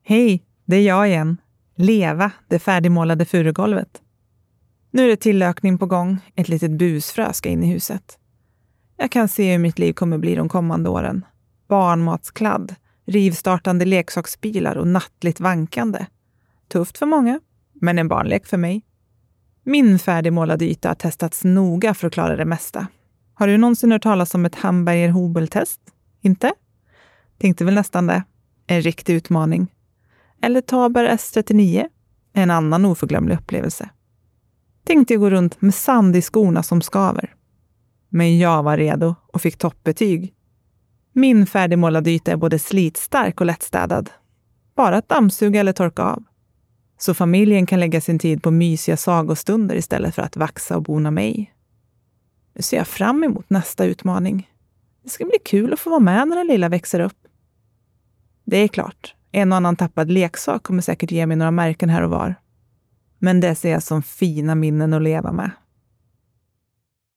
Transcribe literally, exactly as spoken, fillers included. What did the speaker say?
Hej, det är jag igen. Leva, det färdigmålade furugolvet. Nu är det tillökning på gång. Ett litet busfrö ska in i huset. Jag kan se hur mitt liv kommer bli de kommande åren. Barnmatskladd, rivstartande leksaksbilar och nattligt vankande. Tufft för många, men en barnlek för mig. Min färdigmålade yta har testats noga för att klara det mesta. Har du någonsin hört talas om ett Hamburger-Hobel-test? Inte? Tänkte väl nästan det. En riktig utmaning. Eller Taber S trettionio. En annan oförglömlig upplevelse. Tänkte jag gå runt med sand i skorna som skaver. Men jag var redo och fick toppbetyg. Min färdigmålade yta är både slitstark och lättstädad. Bara att dammsuga eller torka av. Så familjen kan lägga sin tid på mysiga sagostunder istället för att vaxa och bona mig. Nu ser jag fram emot nästa utmaning. Det ska bli kul att få vara med när den lilla växer upp. Det är klart, en och annan tappad leksak kommer säkert ge mig några märken här och var. Men det ser jag som fina minnen att leva med.